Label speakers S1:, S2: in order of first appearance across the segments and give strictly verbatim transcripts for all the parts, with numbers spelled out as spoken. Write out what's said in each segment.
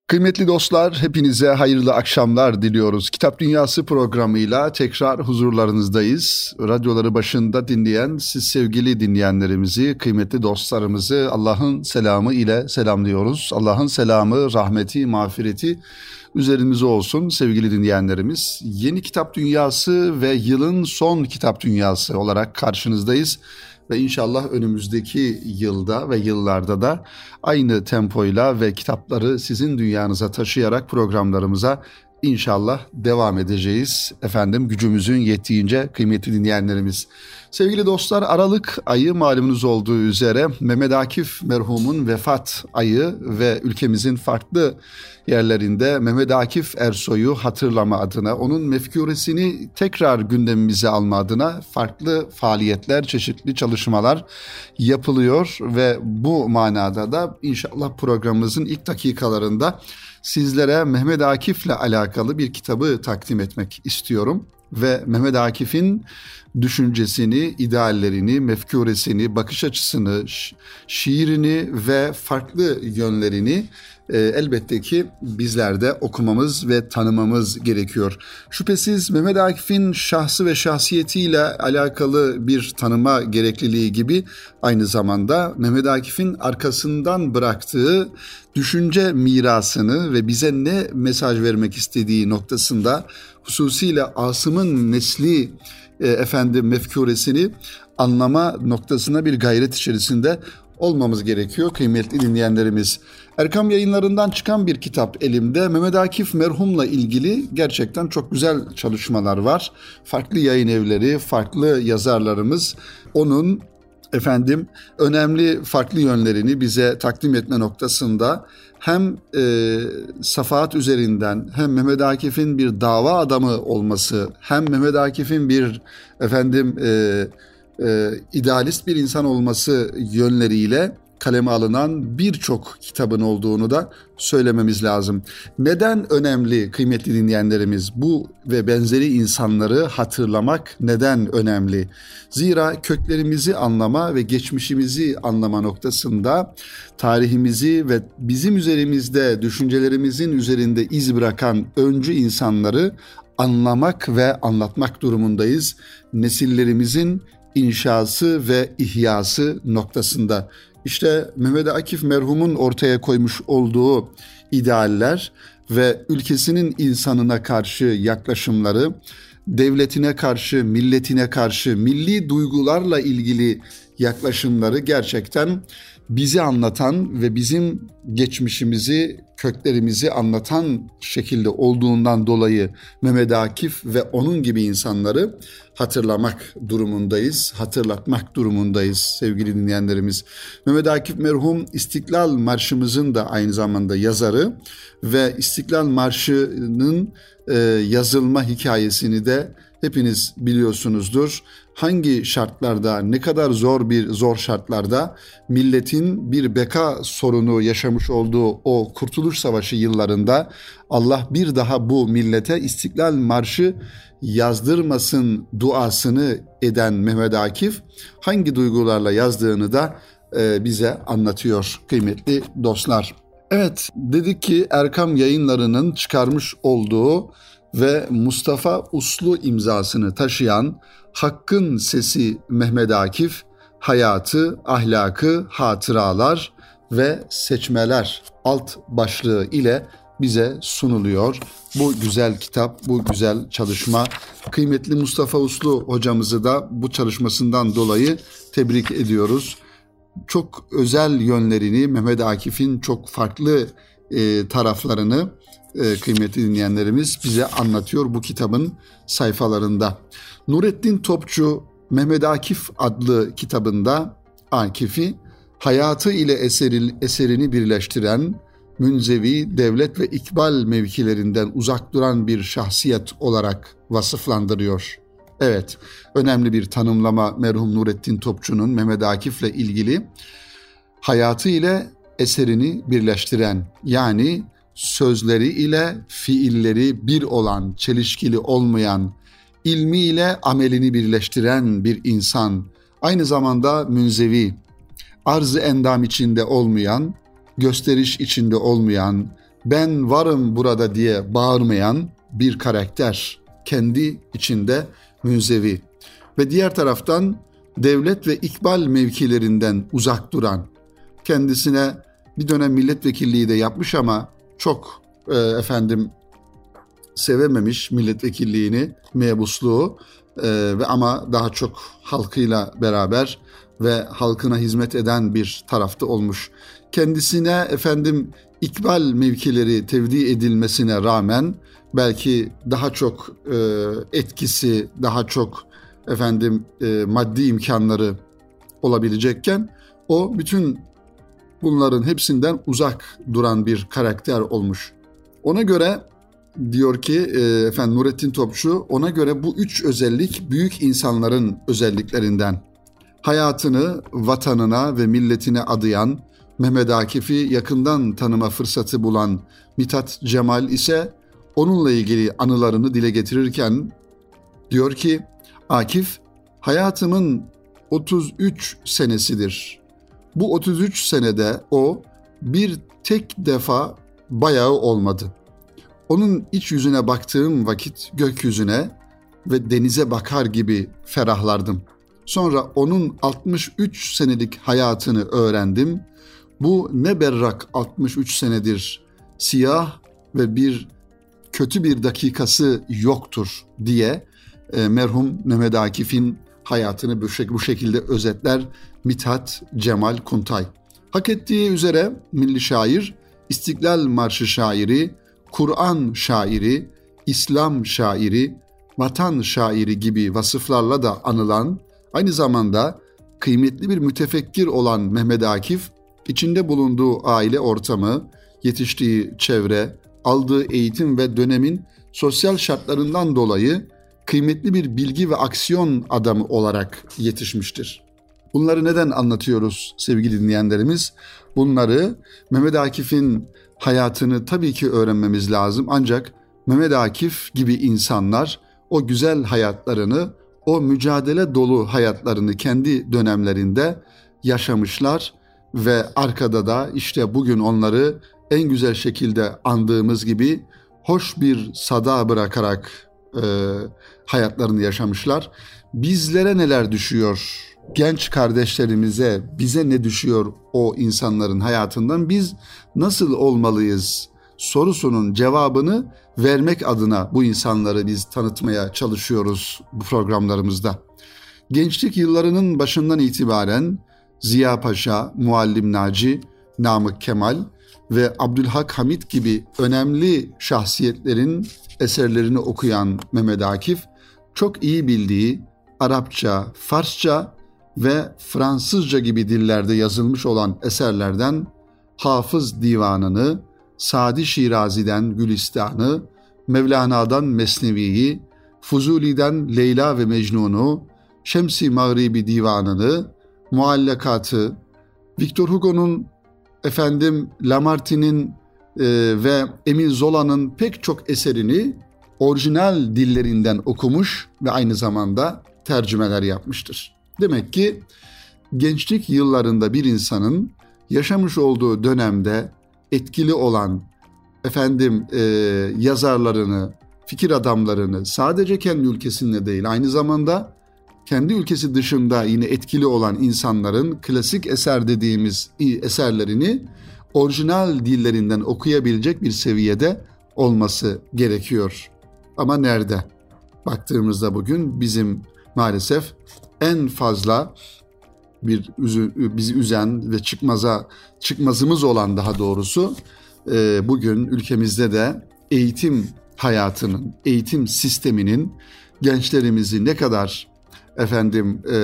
S1: Kıymetli dostlar, hepinize hayırlı akşamlar diliyoruz. Kitap Dünyası programıyla tekrar huzurlarınızdayız. Radyoları başında dinleyen siz sevgili dinleyenlerimizi, kıymetli dostlarımızı Allah'ın selamı ile selamlıyoruz. Allah'ın selamı, rahmeti, mağfireti üzerimize olsun sevgili dinleyenlerimiz. Yeni Kitap Dünyası ve yılın son Kitap Dünyası olarak karşınızdayız. Ve inşallah önümüzdeki yılda ve yıllarda da aynı tempoyla ve kitapları sizin dünyanıza taşıyarak programlarımıza İnşallah devam edeceğiz. Efendim gücümüzün yettiğince kıymetli dinleyenlerimiz. Sevgili dostlar, Aralık ayı malumunuz olduğu üzere Mehmet Akif merhumun vefat ayı ve ülkemizin farklı yerlerinde Mehmet Akif Ersoy'u hatırlama adına, onun mefkuresini tekrar gündemimize alma adına farklı faaliyetler, çeşitli çalışmalar yapılıyor ve bu manada da inşallah programımızın ilk dakikalarında sizlere Mehmet Akif'le alakalı bir kitabı takdim etmek istiyorum ve Mehmet Akif'in düşüncesini, ideallerini, mefkuresini, bakış açısını, şiirini ve farklı yönlerini e, elbette ki bizler de okumamız ve tanımamız gerekiyor. Şüphesiz Mehmet Akif'in şahsı ve şahsiyetiyle alakalı bir tanıma gerekliliği gibi aynı zamanda Mehmet Akif'in arkasından bıraktığı düşünce mirasını ve bize ne mesaj vermek istediği noktasında hususiyle Asım'ın nesli e, efendim mefkuresini anlama noktasına bir gayret içerisinde olmamız gerekiyor kıymetli dinleyenlerimiz. Erkam Yayınları'ndan çıkan bir kitap elimde. Mehmet Akif merhumla ilgili gerçekten çok güzel çalışmalar var. Farklı yayın evleri, farklı yazarlarımız onun efendim önemli farklı yönlerini bize takdim etme noktasında hem e, safahat üzerinden hem Mehmet Akif'in bir dava adamı olması, hem Mehmet Akif'in bir efendim e, e, idealist bir insan olması yönleriyle kaleme alınan birçok kitabın olduğunu da söylememiz lazım. Neden önemli kıymetli dinleyenlerimiz? Bu ve benzeri insanları hatırlamak neden önemli? Zira köklerimizi anlama ve geçmişimizi anlama noktasında tarihimizi ve bizim üzerimizde, düşüncelerimizin üzerinde iz bırakan öncü insanları anlamak ve anlatmak durumundayız. Nesillerimizin inşası ve ihyası noktasında. İşte Mehmet Akif merhumun ortaya koymuş olduğu idealler ve ülkesinin insanına karşı yaklaşımları, devletine karşı, milletine karşı, milli duygularla ilgili yaklaşımları gerçekten bizi anlatan ve bizim geçmişimizi, köklerimizi anlatan şekilde olduğundan dolayı Mehmet Akif ve onun gibi insanları hatırlamak durumundayız, hatırlatmak durumundayız sevgili dinleyenlerimiz. Mehmet Akif merhum İstiklal Marşımızın da aynı zamanda yazarı ve İstiklal Marşı'nın e, yazılma hikayesini de hepiniz biliyorsunuzdur. Hangi şartlarda, ne kadar zor bir zor şartlarda milletin bir beka sorunu yaşamış olduğu o Kurtuluş Savaşı yıllarında Allah bir daha bu millete İstiklal Marşı yazdırmasın duasını eden Mehmet Akif hangi duygularla yazdığını da e, bize anlatıyor kıymetli dostlar. Evet, dedik ki Erkam Yayınları'nın çıkarmış olduğu ve Mustafa Uslu imzasını taşıyan Hakkın Sesi Mehmet Akif, Hayatı, Ahlakı, Hatıralar ve Seçmeler alt başlığı ile bize sunuluyor. Bu güzel kitap, bu güzel çalışma. Kıymetli Mustafa Uslu hocamızı da bu çalışmasından dolayı tebrik ediyoruz. Çok özel yönlerini, Mehmet Akif'in çok farklı e, taraflarını e, kıymetli dinleyenlerimiz bize anlatıyor bu kitabın sayfalarında. Nurettin Topçu Mehmet Akif adlı kitabında Akif'i hayatı ile eseri, eserini birleştiren, münzevi, devlet ve ikbal mevkilerinden uzak duran bir şahsiyet olarak vasıflandırıyor. Evet, önemli bir tanımlama merhum Nurettin Topçu'nun Mehmet Akif'le ilgili hayatı ile eserini birleştiren, yani sözleri ile fiilleri bir olan, çelişkili olmayan, ilmi ile amelini birleştiren bir insan, aynı zamanda münzevi, arz-ı endam içinde olmayan, gösteriş içinde olmayan, ben varım burada diye bağırmayan bir karakter, kendi içinde münzevi. Ve diğer taraftan devlet ve ikbal mevkilerinden uzak duran, kendisine bir dönem milletvekilliği de yapmış ama çok e, efendim sevememiş milletvekilliğini, mebusluğu e, ve ama daha çok halkıyla beraber ve halkına hizmet eden bir tarafta olmuş. Kendisine efendim ikbal mevkileri tevdi edilmesine rağmen belki daha çok e, etkisi, daha çok efendim e, maddi imkanları olabilecekken o bütün bunların hepsinden uzak duran bir karakter olmuş. Ona göre diyor ki e, efendim Nurettin Topçu, ona göre bu üç özellik büyük insanların özelliklerinden. Hayatını vatanına ve milletine adayan, Mehmet Akif'i yakından tanıma fırsatı bulan Mithat Cemal ise onunla ilgili anılarını dile getirirken diyor ki, Akif, hayatımın otuz üç senesidir. Bu otuz üç senede o bir tek defa bayağı olmadı. Onun iç yüzüne baktığım vakit gökyüzüne ve denize bakar gibi ferahlardım. Sonra onun altmış üç senelik hayatını öğrendim. Bu ne berrak altmış üç senedir, siyah ve bir kötü bir dakikası yoktur diye e, merhum Mehmet Akif'in hayatını bu, şek- bu şekilde özetler Mithat Cemal Kuntay. Hak ettiği üzere milli şair, İstiklal Marşı şairi, Kur'an şairi, İslam şairi, vatan şairi gibi vasıflarla da anılan, aynı zamanda kıymetli bir mütefekkir olan Mehmet Akif, içinde bulunduğu aile ortamı, yetiştiği çevre, aldığı eğitim ve dönemin sosyal şartlarından dolayı kıymetli bir bilgi ve aksiyon adamı olarak yetişmiştir. Bunları neden anlatıyoruz sevgili dinleyenlerimiz? Bunları Mehmet Akif'in hayatını tabii ki öğrenmemiz lazım. Ancak Mehmet Akif gibi insanlar o güzel hayatlarını, o mücadele dolu hayatlarını kendi dönemlerinde yaşamışlar ve arkada da işte bugün onları en güzel şekilde andığımız gibi hoş bir sada bırakarak e, hayatlarını yaşamışlar. Bizlere neler düşüyor? Genç kardeşlerimize, bize ne düşüyor o insanların hayatından? Biz nasıl olmalıyız sorusunun cevabını vermek adına bu insanları biz tanıtmaya çalışıyoruz bu programlarımızda. Gençlik yıllarının başından itibaren Ziya Paşa, Muallim Naci, Namık Kemal ve Abdülhak Hamit gibi önemli şahsiyetlerin eserlerini okuyan Mehmet Akif, çok iyi bildiği Arapça, Farsça ve Fransızca gibi dillerde yazılmış olan eserlerden Hafız Divanı'nı, Sadi Şirazi'den Gülistan'ı, Mevlana'dan Mesnevi'yi, Fuzuli'den Leyla ve Mecnun'u, Şems-i Mağribi Divanı'nı, Muallakatı, Victor Hugo'nun, efendim Lamartine'in e, ve Emile Zola'nın pek çok eserini orijinal dillerinden okumuş ve aynı zamanda tercümeler yapmıştır. Demek ki gençlik yıllarında bir insanın yaşamış olduğu dönemde etkili olan efendim e, yazarlarını, fikir adamlarını sadece kendi ülkesinde değil aynı zamanda kendi ülkesi dışında yine etkili olan insanların klasik eser dediğimiz eserlerini orijinal dillerinden okuyabilecek bir seviyede olması gerekiyor. Ama nerede? Baktığımızda bugün bizim maalesef en fazla bir bizi üzen ve çıkmaza çıkmazımız olan daha doğrusu bugün ülkemizde de eğitim hayatının, eğitim sisteminin gençlerimizi ne kadar efendim e,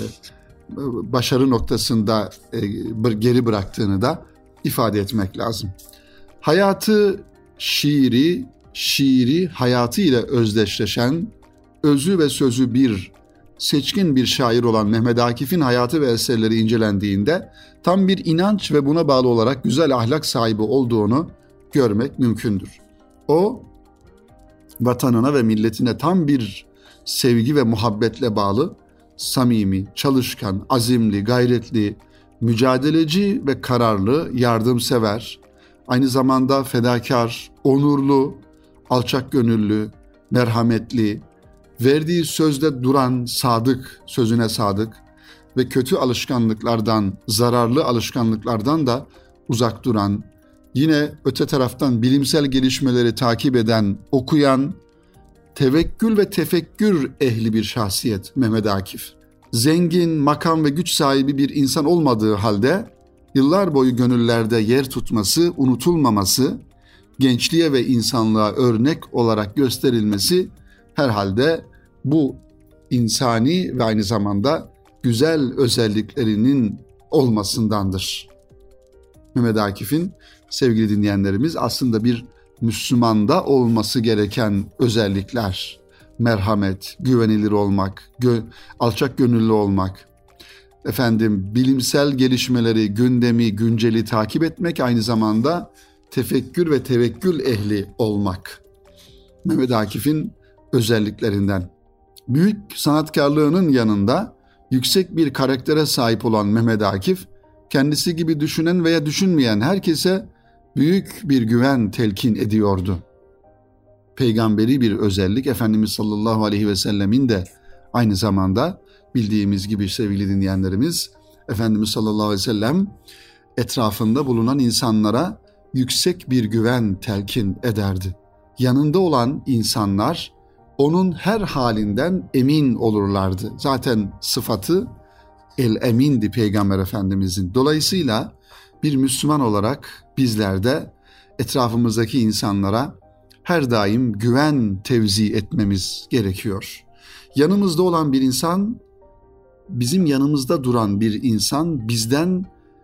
S1: başarı noktasında e, geri bıraktığını da ifade etmek lazım. Hayatı şiiri, şiiri hayatı ile özdeşleşen, özü ve sözü bir, seçkin bir şair olan Mehmet Akif'in hayatı ve eserleri incelendiğinde tam bir inanç ve buna bağlı olarak güzel ahlak sahibi olduğunu görmek mümkündür. O, vatanına ve milletine tam bir sevgi ve muhabbetle bağlı, samimi, çalışkan, azimli, gayretli, mücadeleci ve kararlı, yardımsever, aynı zamanda fedakar, onurlu, alçak gönüllü, merhametli, verdiği sözde duran, sadık, sözüne sadık ve kötü alışkanlıklardan, zararlı alışkanlıklardan da uzak duran, yine öte taraftan bilimsel gelişmeleri takip eden, okuyan, tevekkül ve tefekkür ehli bir şahsiyet Mehmet Akif. Zengin, makam ve güç sahibi bir insan olmadığı halde yıllar boyu gönüllerde yer tutması, unutulmaması, gençliğe ve insanlığa örnek olarak gösterilmesi herhalde bu insani ve aynı zamanda güzel özelliklerinin olmasındandır. Mehmet Akif'in, sevgili dinleyenlerimiz, aslında bir Müslümanda olması gereken özellikler: merhamet, güvenilir olmak, gö- alçak gönüllü olmak, efendim bilimsel gelişmeleri, gündemi, günceli takip etmek, aynı zamanda tefekkür ve tevekkül ehli olmak. Mehmet Akif'in özelliklerinden. Büyük sanatkarlığının yanında yüksek bir karaktere sahip olan Mehmet Akif, kendisi gibi düşünen veya düşünmeyen herkese büyük bir güven telkin ediyordu. Peygamberi bir özellik, Efendimiz sallallahu aleyhi ve sellemin de aynı zamanda bildiğimiz gibi sevgili dinleyenlerimiz, Efendimiz sallallahu aleyhi ve sellem etrafında bulunan insanlara yüksek bir güven telkin ederdi. Yanında olan insanlar onun her halinden emin olurlardı. Zaten sıfatı el-emindi Peygamber Efendimizin. Dolayısıyla bir Müslüman olarak bizler de etrafımızdaki insanlara her daim güven tevzi etmemiz gerekiyor. Yanımızda olan bir insan, bizim yanımızda duran bir insan bizden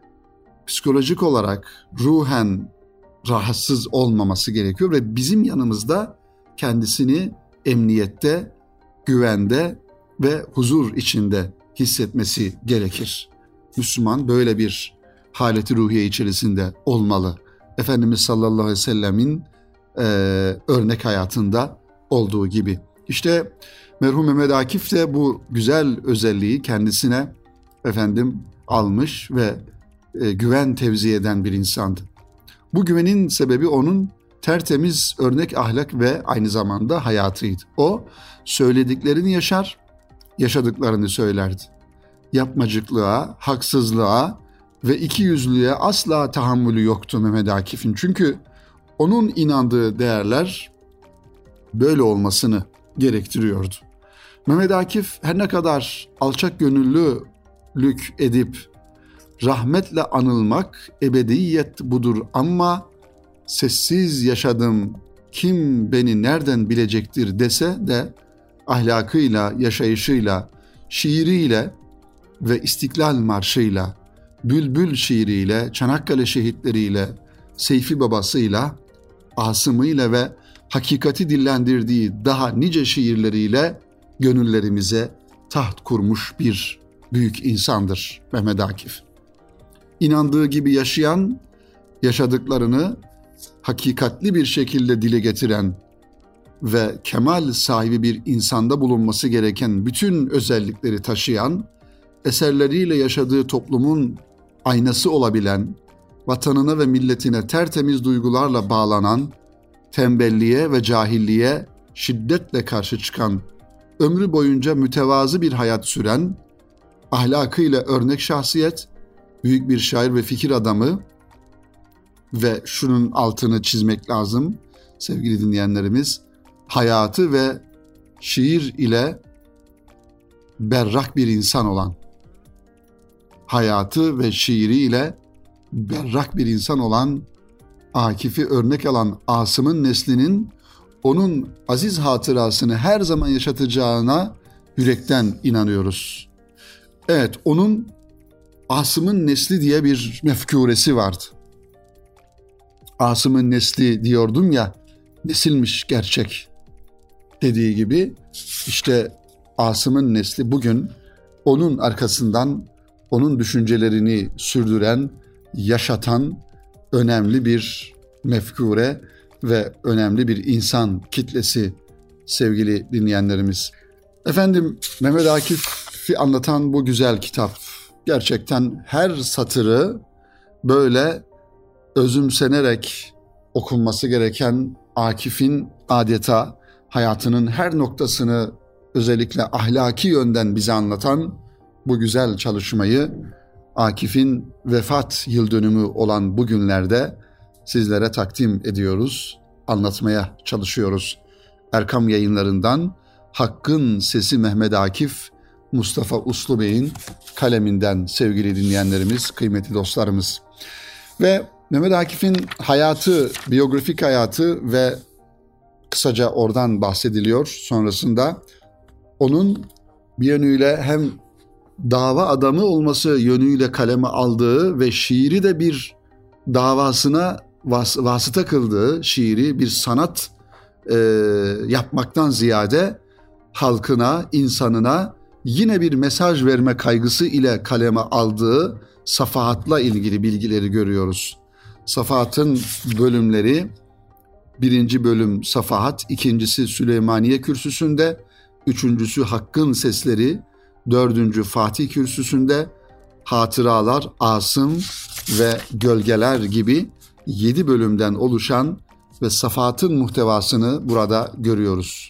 S1: psikolojik olarak, ruhen rahatsız olmaması gerekiyor ve bizim yanımızda kendisini emniyette, güvende ve huzur içinde hissetmesi gerekir. Müslüman böyle bir haleti ruhiye içerisinde olmalı. Efendimiz sallallahu aleyhi ve sellemin e, örnek hayatında olduğu gibi. İşte merhum Mehmet Akif de bu güzel özelliği kendisine efendim almış ve e, güven tevzi eden bir insandı. Bu güvenin sebebi onun tertemiz örnek ahlak ve aynı zamanda hayatıydı. O söylediklerini yaşar, yaşadıklarını söylerdi. Yapmacıklığa, haksızlığa ve ikiyüzlülüğe asla tahammülü yoktu Mehmet Akif'in. Çünkü onun inandığı değerler böyle olmasını gerektiriyordu. Mehmet Akif her ne kadar alçak gönüllülük edip rahmetle anılmak ebediyet budur ama sessiz yaşadım, kim beni nereden bilecektir dese de ahlakıyla, yaşayışıyla, şiiriyle ve İstiklal Marşı'yla, Bülbül şiiriyle, Çanakkale şehitleriyle, Seyfi babasıyla, Asım'ıyla ve hakikati dillendirdiği daha nice şiirleriyle gönüllerimize taht kurmuş bir büyük insandır Mehmet Akif. İnandığı gibi yaşayan, yaşadıklarını hakikatli bir şekilde dile getiren ve kemal sahibi bir insanda bulunması gereken bütün özellikleri taşıyan, eserleriyle yaşadığı toplumun aynası olabilen, vatanına ve milletine tertemiz duygularla bağlanan, tembelliğe ve cahilliğe şiddetle karşı çıkan, ömrü boyunca mütevazı bir hayat süren, ahlakıyla örnek şahsiyet, büyük bir şair ve fikir adamı ve şunun altını çizmek lazım sevgili dinleyenlerimiz, hayatı ve şiir ile berrak bir insan olan, hayatı ve şiiriyle berrak bir insan olan, Akif'i örnek alan Asım'ın neslinin onun aziz hatırasını her zaman yaşatacağına yürekten inanıyoruz. Evet, onun Asım'ın nesli diye bir mefkuresi vardı. Asım'ın nesli diyordum ya, nesilmiş gerçek dediği gibi işte Asım'ın nesli bugün onun arkasından onun düşüncelerini sürdüren, yaşatan önemli bir mefkure ve önemli bir insan kitlesi sevgili dinleyenlerimiz. Efendim, Mehmet Akif'i anlatan bu güzel kitap gerçekten her satırı böyle özümsenerek okunması gereken Akif'in adeta hayatının her noktasını özellikle ahlaki yönden bize anlatan bu güzel çalışmayı Akif'in vefat yıl dönümü olan bu günlerde sizlere takdim ediyoruz, anlatmaya çalışıyoruz. Erkam Yayınları'ndan Hakkın Sesi Mehmet Akif, Mustafa Uslu Bey'in kaleminden sevgili dinleyenlerimiz, kıymetli dostlarımız. Ve Mehmet Akif'in hayatı, biyografik hayatı ve kısaca oradan bahsediliyor. Sonrasında onun bir yönüyle hem dava adamı olması yönüyle kaleme aldığı ve şiiri de bir davasına vas- vasıta kıldığı, şiiri bir sanat e, yapmaktan ziyade halkına, insanına yine bir mesaj verme kaygısı ile kaleme aldığı Safahat'la ilgili bilgileri görüyoruz. Safahat'ın bölümleri, birinci bölüm Safahat, ikincisi Süleymaniye Kürsüsü'nde, üçüncüsü Hakkın Sesleri, dördüncü Fatih Kürsüsü'nde, Hatıralar, Asım ve Gölgeler gibi yedi bölümden oluşan ve Safahat'ın muhtevasını burada görüyoruz.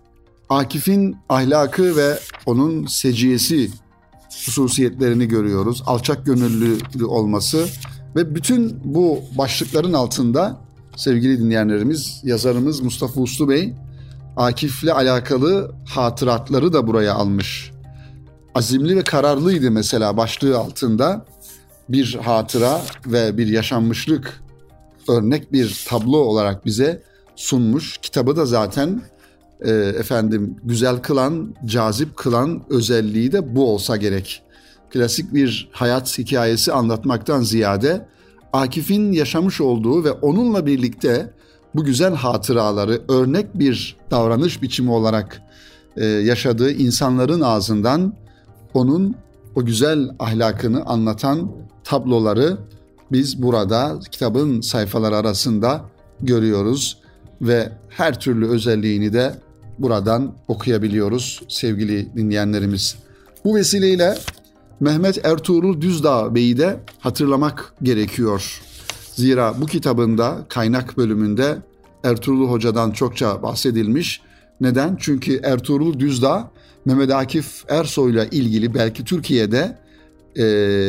S1: Akif'in ahlakı ve onun seciyesi hususiyetlerini görüyoruz. Alçak gönüllü olması ve bütün bu başlıkların altında sevgili dinleyenlerimiz, yazarımız Mustafa Uslu Bey Akif'le alakalı hatıratları da buraya almış. Azimli ve kararlıydı mesela başlığı altında bir hatıra ve bir yaşanmışlık örnek bir tablo olarak bize sunmuş. Kitabı da zaten e, efendim güzel kılan, cazip kılan özelliği de bu olsa gerek. Klasik bir hayat hikayesi anlatmaktan ziyade Akif'in yaşamış olduğu ve onunla birlikte bu güzel hatıraları örnek bir davranış biçimi olarak e, yaşadığı insanların ağzından onun o güzel ahlakını anlatan tabloları biz burada kitabın sayfaları arasında görüyoruz ve her türlü özelliğini de buradan okuyabiliyoruz sevgili dinleyenlerimiz. Bu vesileyle Mehmet Ertuğrul Düzdağ Bey'i de hatırlamak gerekiyor. Zira bu kitabında kaynak bölümünde Ertuğrul Hoca'dan çokça bahsedilmiş. Neden? Çünkü Ertuğrul Düzdağ Mehmet Akif Ersoy'la ilgili belki Türkiye'de e,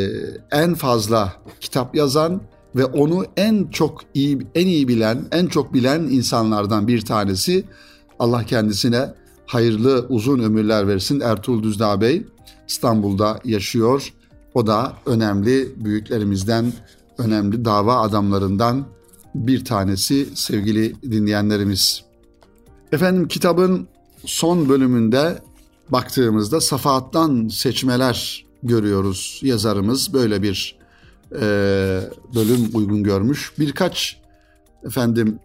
S1: en fazla kitap yazan ve onu en çok iyi, en iyi bilen, en çok bilen insanlardan bir tanesi. Allah kendisine hayırlı uzun ömürler versin. Ertuğrul Düzdağ Bey İstanbul'da yaşıyor. O da önemli büyüklerimizden, önemli dava adamlarından bir tanesi sevgili dinleyenlerimiz. Efendim kitabın son bölümünde baktığımızda Safahat'tan seçmeler görüyoruz. Yazarımız böyle bir e, bölüm uygun görmüş. Birkaç efendim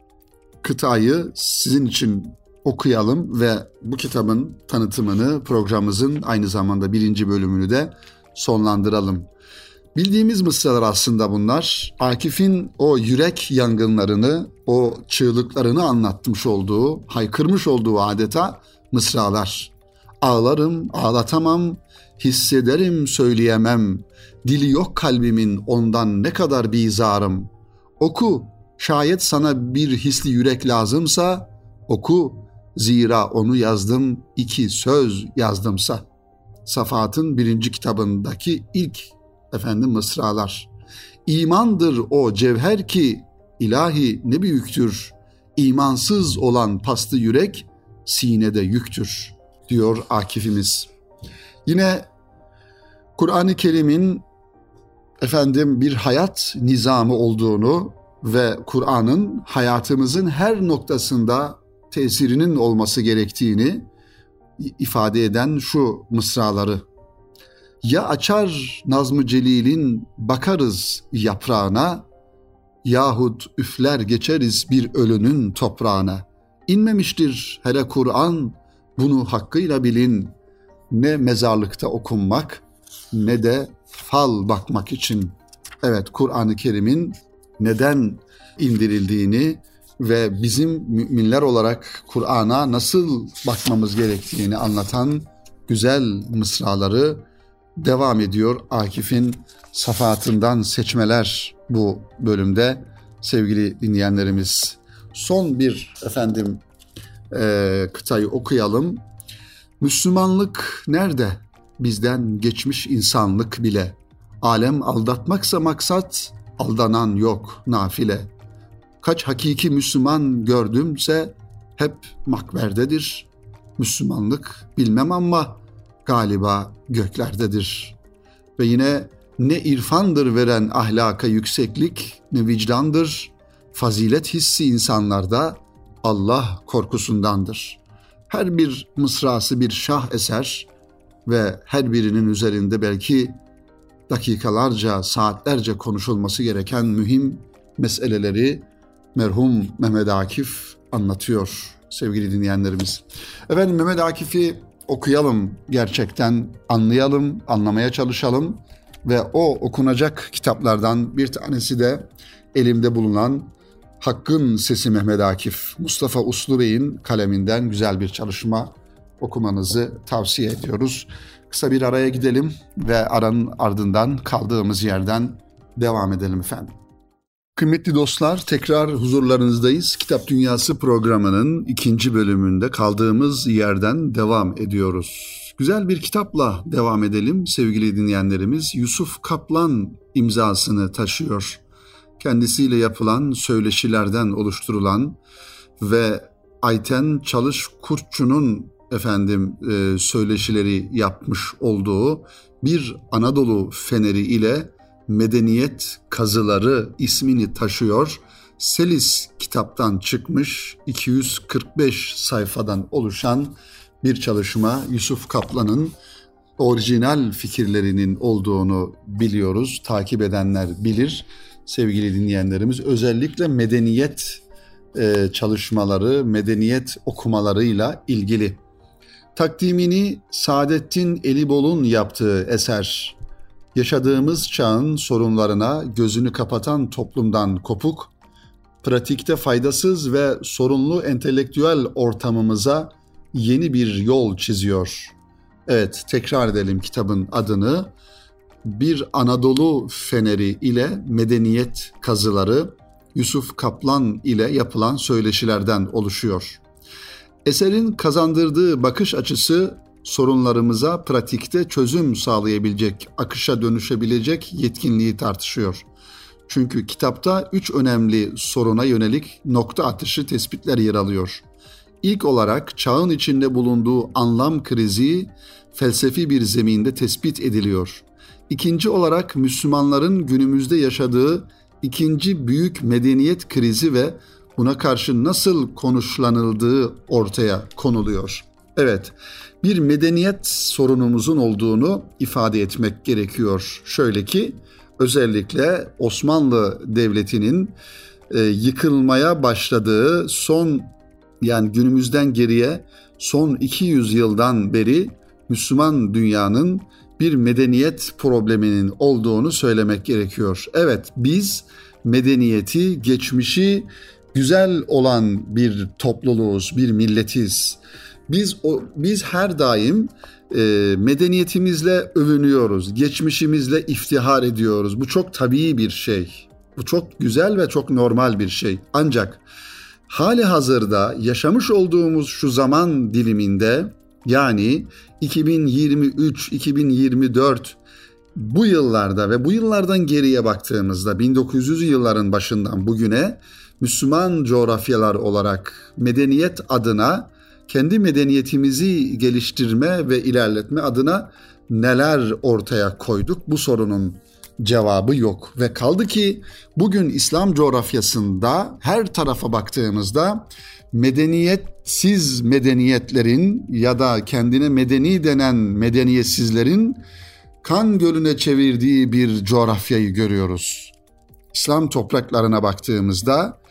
S1: kıtayı sizin için okuyalım ve bu kitabın tanıtımını, programımızın aynı zamanda birinci bölümünü de sonlandıralım. Bildiğimiz mısralar aslında bunlar. Akif'in o yürek yangınlarını, o çığlıklarını anlatmış olduğu, haykırmış olduğu adeta mısralar. Ağlarım, ağlatamam, hissederim, söyleyemem. Dili yok kalbimin ondan ne kadar bizarım. Oku, şayet sana bir hisli yürek lazımsa, oku, zira onu yazdım, iki söz yazdımsa. Safahat'ın birinci kitabındaki ilk efendim mısralar. İmandır o cevher ki ilahi ne büyüktür. İmansız olan paslı yürek sinede yüktür diyor Akif'imiz. Yine Kur'an-ı Kerim'in efendim bir hayat nizamı olduğunu ve Kur'an'ın hayatımızın her noktasında tesirinin olması gerektiğini ifade eden şu mısraları. Ya açar Nazm-ı Celil'in bakarız yaprağına, yahut üfler geçeriz bir ölünün toprağına. İnmemiştir hele Kur'an, bunu hakkıyla bilin. Ne mezarlıkta okunmak ne de fal bakmak için. Evet, Kur'an-ı Kerim'in neden indirildiğini ve bizim müminler olarak Kur'an'a nasıl bakmamız gerektiğini anlatan güzel mısraları devam ediyor Akif'in safahatından seçmeler bu bölümde sevgili dinleyenlerimiz. Son bir efendim e, kıtayı okuyalım. Müslümanlık nerede? Bizden geçmiş insanlık bile. Alem aldatmaksa maksat, aldanan yok nafile. Kaç hakiki Müslüman gördümse hep makberdedir. Müslümanlık bilmem ama galiba göklerdedir. Ve yine ne irfandır veren ahlaka yükseklik, ne vicdandır. Fazilet hissi insanlarda Allah korkusundandır. Her bir mısrası bir şah eser ve her birinin üzerinde belki dakikalarca, saatlerce konuşulması gereken mühim meseleleri merhum Mehmet Akif anlatıyor sevgili dinleyenlerimiz. Efendim Mehmet Akif'i okuyalım, gerçekten anlayalım, anlamaya çalışalım ve o okunacak kitaplardan bir tanesi de elimde bulunan Hakkın Sesi Mehmet Akif, Mustafa Uslu Bey'in kaleminden güzel bir çalışma okumanızı tavsiye ediyoruz. Kısa bir araya gidelim ve aranın ardından kaldığımız yerden devam edelim efendim. Kıymetli dostlar, tekrar huzurlarınızdayız. Kitap Dünyası programının ikinci bölümünde kaldığımız yerden devam ediyoruz. Güzel bir kitapla devam edelim sevgili dinleyenlerimiz. Yusuf Kaplan imzasını taşıyor. Kendisiyle yapılan söyleşilerden oluşturulan ve Ayten Çalış Kurtçu'nun efendim e, söyleşileri yapmış olduğu Bir Anadolu Feneri ile Medeniyet Kazıları ismini taşıyor. Selis kitaptan çıkmış iki yüz kırk beş sayfadan oluşan bir çalışma. Yusuf Kaplan'ın orijinal fikirlerinin olduğunu biliyoruz. Takip edenler bilir. Sevgili dinleyenlerimiz, özellikle medeniyet e, çalışmaları, medeniyet okumalarıyla ilgili. Takdimini Saadettin Elibol'un yaptığı eser, yaşadığımız çağın sorunlarına gözünü kapatan toplumdan kopuk, pratikte faydasız ve sorunlu entelektüel ortamımıza yeni bir yol çiziyor. Evet, tekrar edelim kitabın adını. Bir Anadolu Feneri ile Medeniyet Kazıları, Yusuf Kaplan ile yapılan söyleşilerden oluşuyor. Eserin kazandırdığı bakış açısı sorunlarımıza pratikte çözüm sağlayabilecek, akışa dönüşebilecek yetkinliği tartışıyor. Çünkü kitapta üç önemli soruna yönelik nokta atışı tespitler yer alıyor. İlk olarak çağın içinde bulunduğu anlam krizi felsefi bir zeminde tespit ediliyor. İkinci olarak Müslümanların günümüzde yaşadığı ikinci büyük medeniyet krizi ve buna karşı nasıl konuşlanıldığı ortaya konuluyor. Evet, bir medeniyet sorunumuzun olduğunu ifade etmek gerekiyor. Şöyle ki, özellikle Osmanlı Devleti'nin e, yıkılmaya başladığı son, yani günümüzden geriye son iki yüz yıldan beri Müslüman dünyanın bir medeniyet probleminin olduğunu söylemek gerekiyor. Evet, biz medeniyeti, geçmişi güzel olan bir topluluğuz, bir milletiz. Biz o, biz her daim e, medeniyetimizle övünüyoruz, geçmişimizle iftihar ediyoruz. Bu çok tabii bir şey. Bu çok güzel ve çok normal bir şey. Ancak hali hazırda yaşamış olduğumuz şu zaman diliminde, yani iki bin yirmi üç iki bin yirmi dört bu yıllarda ve bu yıllardan geriye baktığımızda bin dokuz yüzlü yılların başından bugüne Müslüman coğrafyalar olarak medeniyet adına, kendi medeniyetimizi geliştirme ve ilerletme adına neler ortaya koyduk? Bu sorunun cevabı yok. Ve kaldı ki bugün İslam coğrafyasında her tarafa baktığımızda medeniyetsiz medeniyetlerin ya da kendine medeni denen medeniyetsizlerin kan gölüne çevirdiği bir coğrafyayı görüyoruz. İslam topraklarına baktığımızda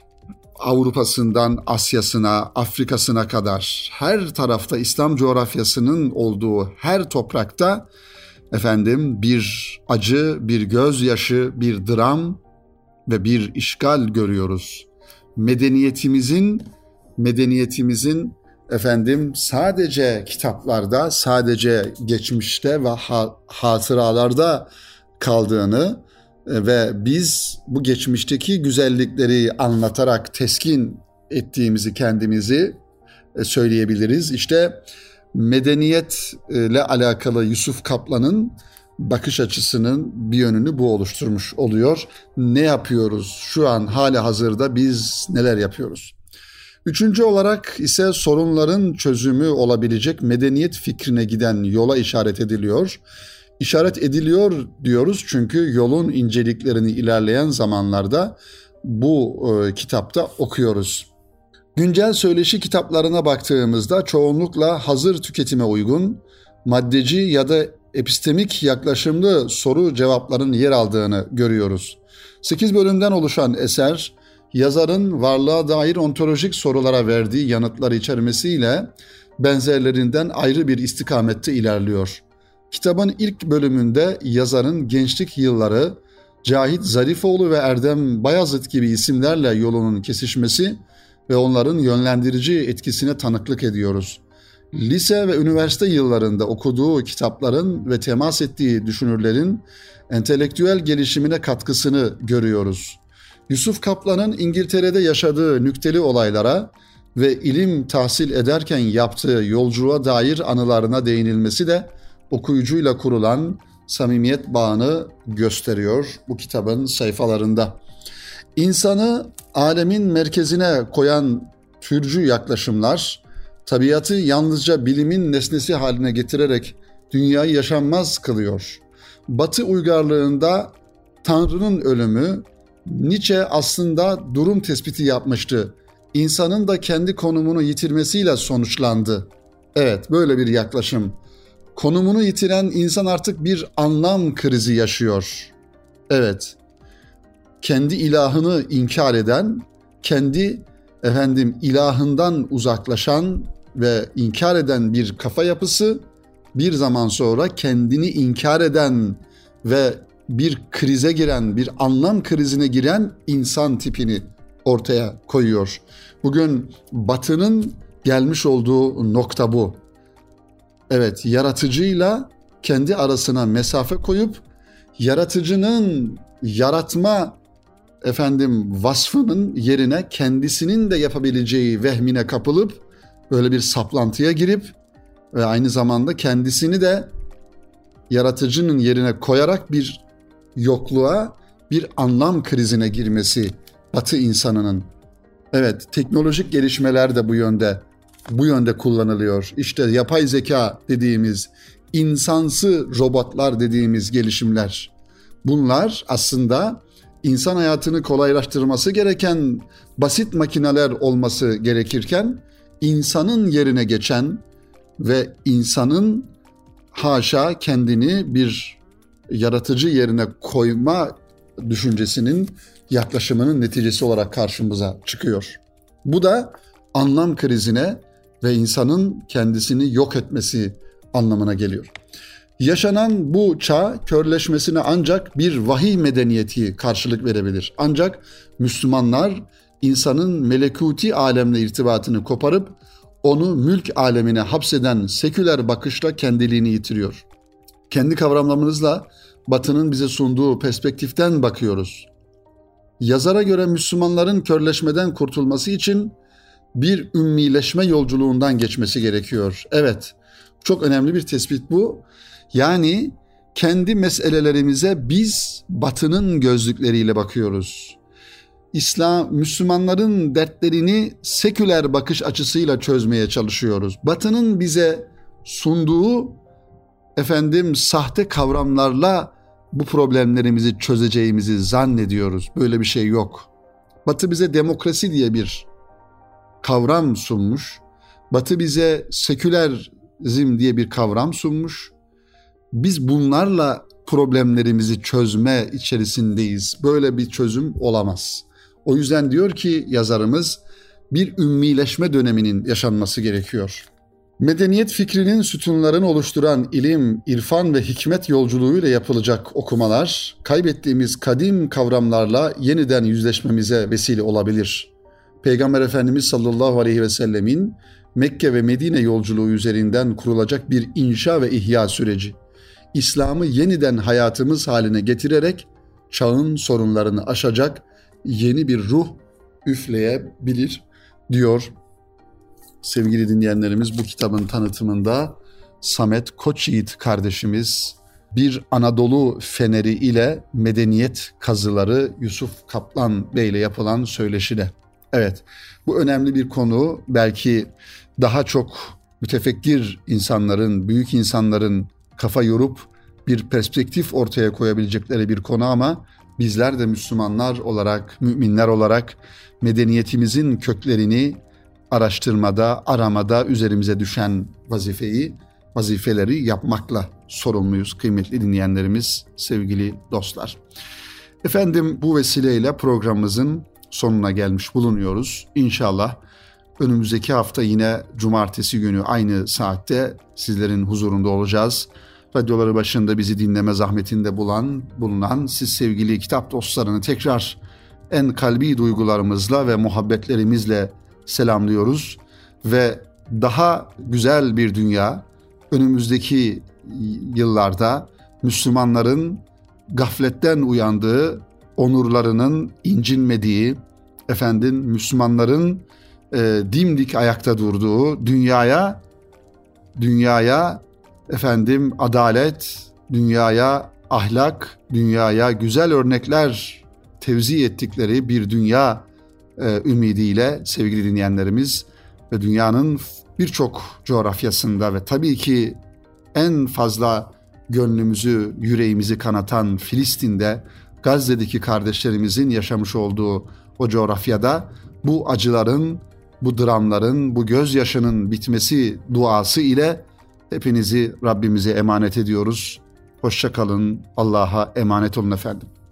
S1: Avrupa'sından Asya'sına, Afrika'sına kadar her tarafta İslam coğrafyasının olduğu her toprakta efendim bir acı, bir gözyaşı, bir dram ve bir işgal görüyoruz. Medeniyetimizin medeniyetimizin efendim sadece kitaplarda, sadece geçmişte ve ha- hatıralarda kaldığını ve biz bu geçmişteki güzellikleri anlatarak teskin ettiğimizi kendimizi söyleyebiliriz. İşte medeniyetle alakalı Yusuf Kaplan'ın bakış açısının bir yönünü bu oluşturmuş oluyor. Ne yapıyoruz? Şu an hali hazırda biz neler yapıyoruz? Üçüncü olarak ise sorunların çözümü olabilecek medeniyet fikrine giden yola işaret ediliyor. İşaret ediliyor diyoruz çünkü yolun inceliklerini ilerleyen zamanlarda bu e, kitapta okuyoruz. Güncel söyleşi kitaplarına baktığımızda çoğunlukla hazır tüketime uygun, maddeci ya da epistemik yaklaşımlı soru cevapların yer aldığını görüyoruz. sekiz bölümden oluşan eser, yazarın varlığa dair ontolojik sorulara verdiği yanıtlar içermesiyle benzerlerinden ayrı bir istikamette ilerliyor. Kitabın ilk bölümünde yazarın gençlik yılları, Cahit Zarifoğlu ve Erdem Bayazıt gibi isimlerle yolunun kesişmesi ve onların yönlendirici etkisine tanıklık ediyoruz. Lise ve üniversite yıllarında okuduğu kitapların ve temas ettiği düşünürlerin entelektüel gelişimine katkısını görüyoruz. Yusuf Kaplan'ın İngiltere'de yaşadığı nükteli olaylara ve ilim tahsil ederken yaptığı yolculuğa dair anılarına değinilmesi de okuyucuyla kurulan samimiyet bağını gösteriyor bu kitabın sayfalarında. İnsanı alemin merkezine koyan türcü yaklaşımlar, tabiatı yalnızca bilimin nesnesi haline getirerek dünyayı yaşanmaz kılıyor. Batı uygarlığında Tanrı'nın ölümü, Nietzsche aslında durum tespiti yapmıştı. İnsanın da kendi konumunu yitirmesiyle sonuçlandı. Evet, böyle bir yaklaşım. Konumunu yitiren insan artık bir anlam krizi yaşıyor. Evet, kendi ilahını inkar eden, kendi efendim ilahından uzaklaşan ve inkar eden bir kafa yapısı, bir zaman sonra kendini inkar eden ve bir krize giren, bir anlam krizine giren insan tipini ortaya koyuyor. Bugün Batı'nın gelmiş olduğu nokta bu. Evet, yaratıcıyla kendi arasına mesafe koyup yaratıcının yaratma efendim vasfının yerine kendisinin de yapabileceği vehmine kapılıp böyle bir saplantıya girip ve aynı zamanda kendisini de yaratıcının yerine koyarak bir yokluğa, bir anlam krizine girmesi Batı insanının. Evet, teknolojik gelişmeler de bu yönde, bu yönde kullanılıyor. İşte yapay zeka dediğimiz, insansı robotlar dediğimiz gelişimler. Bunlar aslında insan hayatını kolaylaştırması gereken basit makineler olması gerekirken insanın yerine geçen ve insanın haşa kendini bir yaratıcı yerine koyma düşüncesinin, yaklaşımının neticesi olarak karşımıza çıkıyor. Bu da anlam krizine ve insanın kendisini yok etmesi anlamına geliyor. Yaşanan bu çağ körleşmesine ancak bir vahiy medeniyeti karşılık verebilir. Ancak Müslümanlar insanın melekuti alemle irtibatını koparıp onu mülk alemine hapseden seküler bakışla kendiliğini yitiriyor. Kendi kavramlarımızla Batı'nın bize sunduğu perspektiften bakıyoruz. Yazara göre Müslümanların körleşmeden kurtulması için bir ümmileşme yolculuğundan geçmesi gerekiyor. Evet, çok önemli bir tespit bu. Yani kendi meselelerimize biz Batı'nın gözlükleriyle bakıyoruz. İslam, Müslümanların dertlerini seküler bakış açısıyla çözmeye çalışıyoruz. Batı'nın bize sunduğu efendim sahte kavramlarla bu problemlerimizi çözeceğimizi zannediyoruz. Böyle bir şey yok. Batı bize demokrasi diye bir kavram sunmuş. Batı bize sekülerizm diye bir kavram sunmuş. Biz bunlarla problemlerimizi çözme içerisindeyiz. Böyle bir çözüm olamaz. O yüzden diyor ki yazarımız, bir ümmileşme döneminin yaşanması gerekiyor. Medeniyet fikrinin sütunlarını oluşturan ilim, irfan ve hikmet yolculuğuyla yapılacak okumalar, kaybettiğimiz kadim kavramlarla yeniden yüzleşmemize vesile olabilir. Peygamber Efendimiz sallallahu aleyhi ve sellemin Mekke ve Medine yolculuğu üzerinden kurulacak bir inşa ve ihya süreci. İslam'ı yeniden hayatımız haline getirerek çağın sorunlarını aşacak yeni bir ruh üfleyebilir diyor sevgili dinleyenlerimiz bu kitabın tanıtımında. Samet Koçyiğit kardeşimiz Bir Anadolu Feneri ile Medeniyet Kazıları Yusuf Kaplan Bey ile yapılan söyleşide. Evet, bu önemli bir konu. Belki daha çok mütefekkir insanların, büyük insanların kafa yorup bir perspektif ortaya koyabilecekleri bir konu ama bizler de Müslümanlar olarak, müminler olarak medeniyetimizin köklerini araştırmada, aramada üzerimize düşen vazifeyi, vazifeleri yapmakla sorumluyuz kıymetli dinleyenlerimiz, sevgili dostlar. Efendim, bu vesileyle programımızın sonuna gelmiş bulunuyoruz. İnşallah önümüzdeki hafta yine cumartesi günü aynı saatte sizlerin huzurunda olacağız. Radyoları başında bizi dinleme zahmetinde bulan, bulunan siz sevgili kitap dostlarını tekrar en kalbi duygularımızla ve muhabbetlerimizle selamlıyoruz. Ve daha güzel bir dünya, önümüzdeki yıllarda Müslümanların gafletten uyandığı, onurlarının incinmediği, efendim Müslümanların e, dimdik ayakta durduğu dünyaya, dünyaya efendim adalet, dünyaya ahlak, dünyaya güzel örnekler tevzi ettikleri bir dünya e, ümidiyle sevgili dinleyenlerimiz ve dünyanın birçok coğrafyasında ve tabii ki en fazla gönlümüzü, yüreğimizi kanatan Filistin'de, Gazze'deki kardeşlerimizin yaşamış olduğu o coğrafyada bu acıların, bu dramların, bu gözyaşının bitmesi duası ile hepinizi Rabbimize emanet ediyoruz. Hoşça kalın, Allah'a emanet olun efendim.